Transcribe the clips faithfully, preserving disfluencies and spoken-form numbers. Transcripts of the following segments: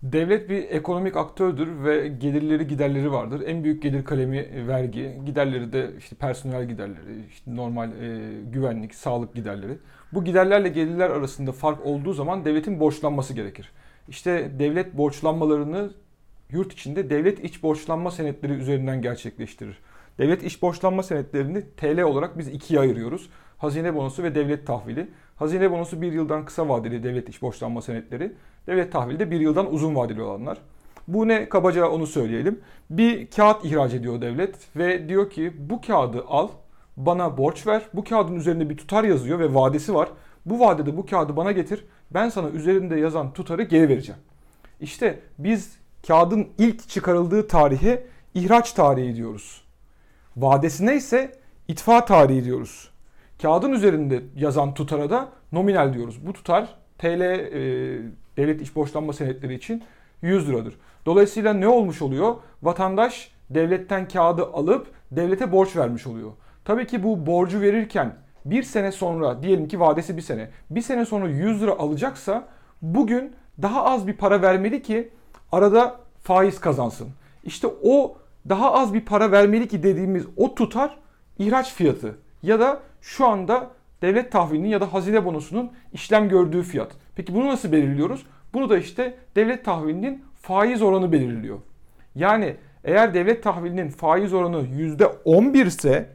Devlet bir ekonomik aktördür ve gelirleri giderleri vardır. En büyük gelir kalemi vergi, giderleri de işte personel giderleri, işte normal e, güvenlik, sağlık giderleri. Bu giderlerle gelirler arasında fark olduğu zaman devletin borçlanması gerekir. İşte devlet borçlanmalarını yurt içinde devlet iç borçlanma senetleri üzerinden gerçekleştirir. Devlet iç borçlanma senetlerini T L olarak biz ikiye ayırıyoruz. Hazine bonosu ve devlet tahvili. Hazine bonosu bir yıldan kısa vadeli devlet iç borçlanma senetleri. Devlet tahvili de bir yıldan uzun vadeli olanlar. Bu ne? Kabaca onu söyleyelim. Bir kağıt ihraç ediyor devlet ve diyor ki bu kağıdı al, bana borç ver. Bu kağıdın üzerinde bir tutar yazıyor ve vadesi var. Bu vadede bu kağıdı bana getir. Ben sana üzerinde yazan tutarı geri vereceğim. İşte biz kağıdın ilk çıkarıldığı tarihe ihraç tarihi diyoruz. Vadesine ise itfa tarihi diyoruz. Kağıdın üzerinde yazan tutara da nominal diyoruz. Bu tutar T L e, devlet iç borçlanma senetleri için yüz liradır. Dolayısıyla ne olmuş oluyor? Vatandaş devletten kağıdı alıp devlete borç vermiş oluyor. Tabii ki bu borcu verirken bir sene sonra, diyelim ki vadesi bir sene, bir sene sonra yüz lira alacaksa bugün daha az bir para vermeli ki arada faiz kazansın. İşte o daha az bir para vermeli ki dediğimiz o tutar ihraç fiyatı ya da şu anda devlet tahvilinin ya da hazine bonosunun işlem gördüğü fiyat. Peki bunu nasıl belirliyoruz? Bunu da işte devlet tahvilinin faiz oranı belirliyor. Yani eğer devlet tahvilinin faiz oranı yüzde on bir ise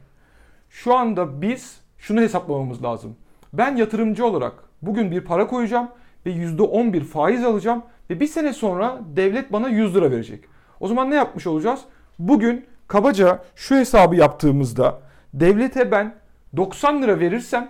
şu anda biz şunu hesaplamamız lazım. Ben yatırımcı olarak bugün bir para koyacağım ve yüzde on bir faiz alacağım ve bir sene sonra devlet bana yüz lira verecek. O zaman ne yapmış olacağız? Bugün kabaca şu hesabı yaptığımızda devlete ben doksan lira verirsem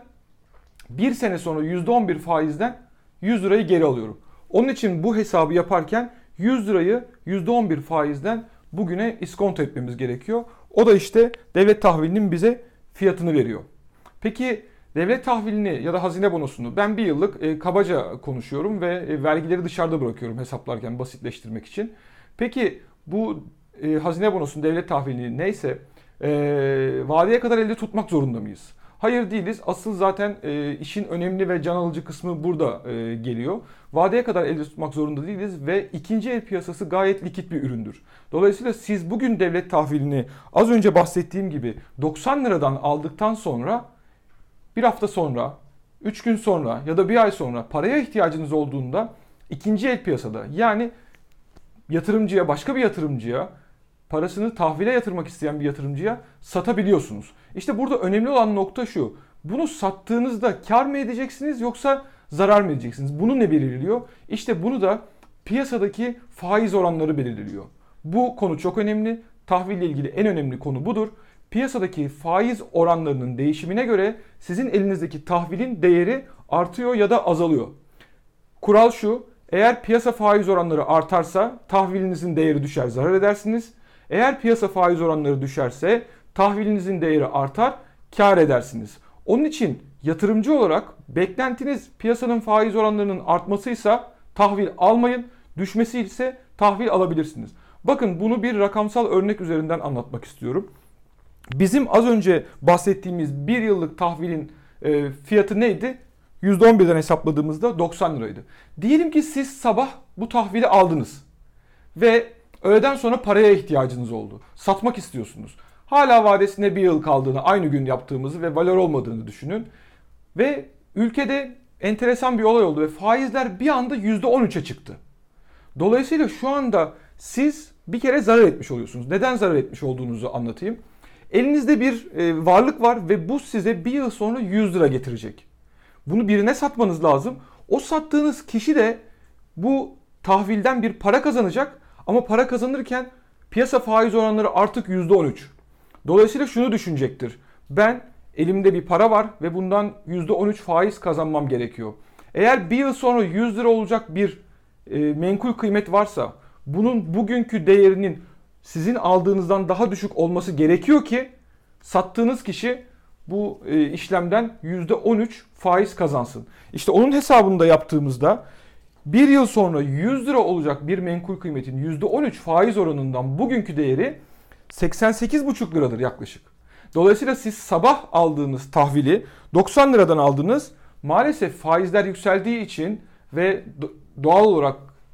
bir sene sonra yüzde on bir faizden yüz lirayı geri alıyorum. Onun için bu hesabı yaparken yüz lirayı yüzde on bir faizden bugüne iskonto etmemiz gerekiyor. O da işte devlet tahvilinin bize fiyatını veriyor. Peki devlet tahvilini ya da hazine bonosunu ben bir yıllık e, kabaca konuşuyorum ve e, vergileri dışarıda bırakıyorum hesaplarken basitleştirmek için. Peki bu e, hazine bonosunu, devlet tahvilini neyse e, vadeye kadar elde tutmak zorunda mıyız? Hayır değiliz. Asıl zaten e, işin önemli ve can alıcı kısmı burada e, geliyor. Vadeye kadar elde tutmak zorunda değiliz ve ikinci el piyasası gayet likit bir üründür. Dolayısıyla siz bugün devlet tahvilini az önce bahsettiğim gibi doksan liradan aldıktan sonra bir hafta sonra, üç gün sonra ya da bir ay sonra paraya ihtiyacınız olduğunda ikinci el piyasada yani yatırımcıya, başka bir yatırımcıya, parasını tahvile yatırmak isteyen bir yatırımcıya satabiliyorsunuz. İşte burada önemli olan nokta şu. Bunu sattığınızda kar mı edeceksiniz yoksa zarar mı edeceksiniz? Bunu ne belirliyor? İşte bunu da piyasadaki faiz oranları belirliyor. Bu konu çok önemli. Tahville ilgili en önemli konu budur. Piyasadaki faiz oranlarının değişimine göre sizin elinizdeki tahvilin değeri artıyor ya da azalıyor. Kural şu: eğer piyasa faiz oranları artarsa tahvilinizin değeri düşer, zarar edersiniz. Eğer piyasa faiz oranları düşerse tahvilinizin değeri artar, kar edersiniz. Onun için yatırımcı olarak beklentiniz piyasanın faiz oranlarının artmasıysa tahvil almayın, düşmesi ise tahvil alabilirsiniz. Bakın bunu bir rakamsal örnek üzerinden anlatmak istiyorum. Bizim az önce bahsettiğimiz bir yıllık tahvilin e, fiyatı neydi? yüzde on birden hesapladığımızda doksan liraydı. Diyelim ki siz sabah bu tahvili aldınız ve öğleden sonra paraya ihtiyacınız oldu. Satmak istiyorsunuz. Hala vadesine bir yıl kaldığını, aynı gün yaptığımızı ve valör olmadığını düşünün. Ve ülkede enteresan bir olay oldu ve faizler bir anda yüzde on üçe çıktı. Dolayısıyla şu anda siz bir kere zarar etmiş oluyorsunuz. Neden zarar etmiş olduğunuzu anlatayım. Elinizde bir e, varlık var ve bu size bir yıl sonra yüz lira getirecek. Bunu birine satmanız lazım. O sattığınız kişi de bu tahvilden bir para kazanacak ama para kazanırken piyasa faiz oranları artık yüzde on üç. Dolayısıyla şunu düşünecektir. Ben elimde bir para var ve bundan yüzde on üç faiz kazanmam gerekiyor. Eğer bir yıl sonra yüz lira olacak bir e, menkul kıymet varsa bunun bugünkü değerinin sizin aldığınızdan daha düşük olması gerekiyor ki sattığınız kişi bu e, işlemden yüzde on üç faiz kazansın. İşte onun hesabını da yaptığımızda bir yıl sonra yüz lira olacak bir menkul kıymetin yüzde on üç faiz oranından bugünkü değeri seksen sekiz buçuk liradır yaklaşık. Dolayısıyla siz sabah aldığınız tahvili doksan liradan aldınız. Maalesef faizler yükseldiği için ve doğal olarak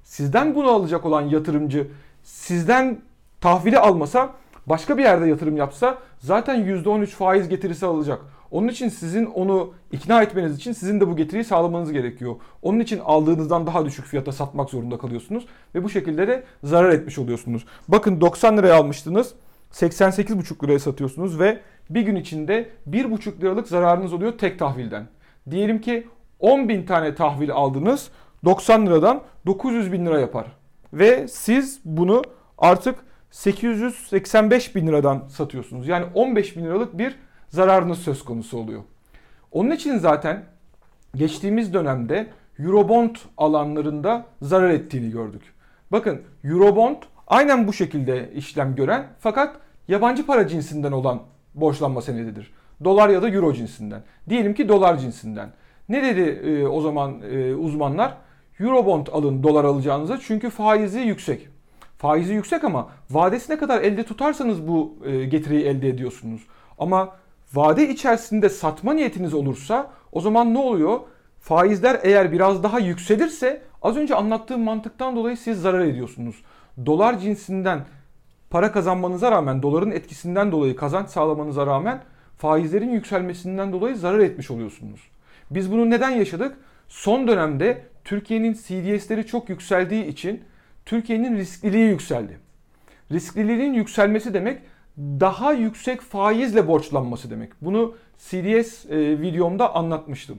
Sizden bunu alacak olan yatırımcı sizden tahvili almasa, başka bir yerde yatırım yapsa zaten yüzde on üç faiz getirisi alacak. Onun için sizin onu ikna etmeniz için sizin de bu getiriyi sağlamanız gerekiyor. Onun için aldığınızdan daha düşük fiyata satmak zorunda kalıyorsunuz ve bu şekilde de zarar etmiş oluyorsunuz. Bakın doksan liraya almıştınız, seksen sekiz buçuk liraya satıyorsunuz ve bir gün içinde bir buçuk liralık zararınız oluyor tek tahvilden. Diyelim ki on bin tane tahvil aldınız, doksan liradan dokuz yüz bin lira yapar. Ve siz bunu artık sekiz yüz seksen beş bin liradan satıyorsunuz. Yani on beş bin liralık bir zararınız söz konusu oluyor. Onun için zaten geçtiğimiz dönemde Eurobond alanlarında zarar ettiğini gördük. Bakın Eurobond aynen bu şekilde işlem gören fakat yabancı para cinsinden olan borçlanma senedidir. Dolar ya da Euro cinsinden. Diyelim ki dolar cinsinden. Ne dedi e, o zaman e, uzmanlar? Eurobond alın dolar alacağınıza çünkü faizi yüksek. Faizi yüksek ama vadesine kadar elde tutarsanız bu e, getiriyi elde ediyorsunuz. Ama vade içerisinde satma niyetiniz olursa o zaman ne oluyor? Faizler eğer biraz daha yükselirse az önce anlattığım mantıktan dolayı siz zarar ediyorsunuz. Dolar cinsinden para kazanmanıza rağmen, doların etkisinden dolayı kazanç sağlamanıza rağmen faizlerin yükselmesinden dolayı zarar etmiş oluyorsunuz. Biz bunu neden yaşadık? Son dönemde Türkiye'nin C D S'leri çok yükseldiği için Türkiye'nin riskliliği yükseldi. Riskliliğin yükselmesi demek daha yüksek faizle borçlanması demek. Bunu C D S e, videomda anlatmıştım.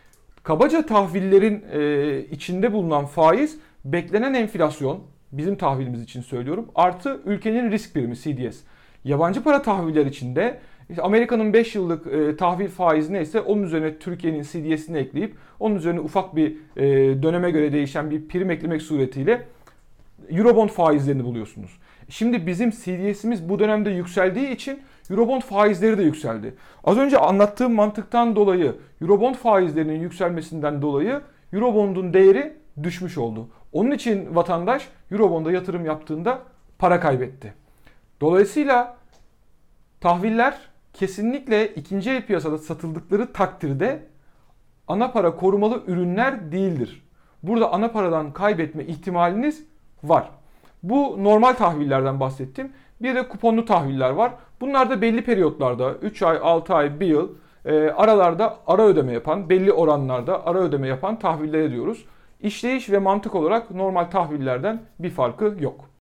Kabaca tahvillerin e, içinde bulunan faiz beklenen enflasyon, bizim tahvilimiz için söylüyorum, artı ülkenin risk birimi C D S. Yabancı para tahviller içinde işte Amerika'nın beş yıllık e, tahvil faizi neyse onun üzerine Türkiye'nin C D S'ini ekleyip onun üzerine ufak bir e, döneme göre değişen bir prim eklemek suretiyle Eurobond faizlerini buluyorsunuz. Şimdi bizim C D S'imiz bu dönemde yükseldiği için Eurobond faizleri de yükseldi. Az önce anlattığım mantıktan dolayı Eurobond faizlerinin yükselmesinden dolayı Eurobond'un değeri düşmüş oldu. Onun için vatandaş Eurobond'a yatırım yaptığında para kaybetti. Dolayısıyla tahviller kesinlikle ikinci el piyasada satıldıkları takdirde ana para korumalı ürünler değildir. Burada ana paradan kaybetme ihtimaliniz var. Bu normal tahvillerden bahsettim. Bir de kuponlu tahviller var. Bunlar da belli periyotlarda üç ay, altı ay, bir yıl e, aralarda ara ödeme yapan, belli oranlarda ara ödeme yapan tahvillere diyoruz. İşleyiş ve mantık olarak normal tahvillerden bir farkı yok.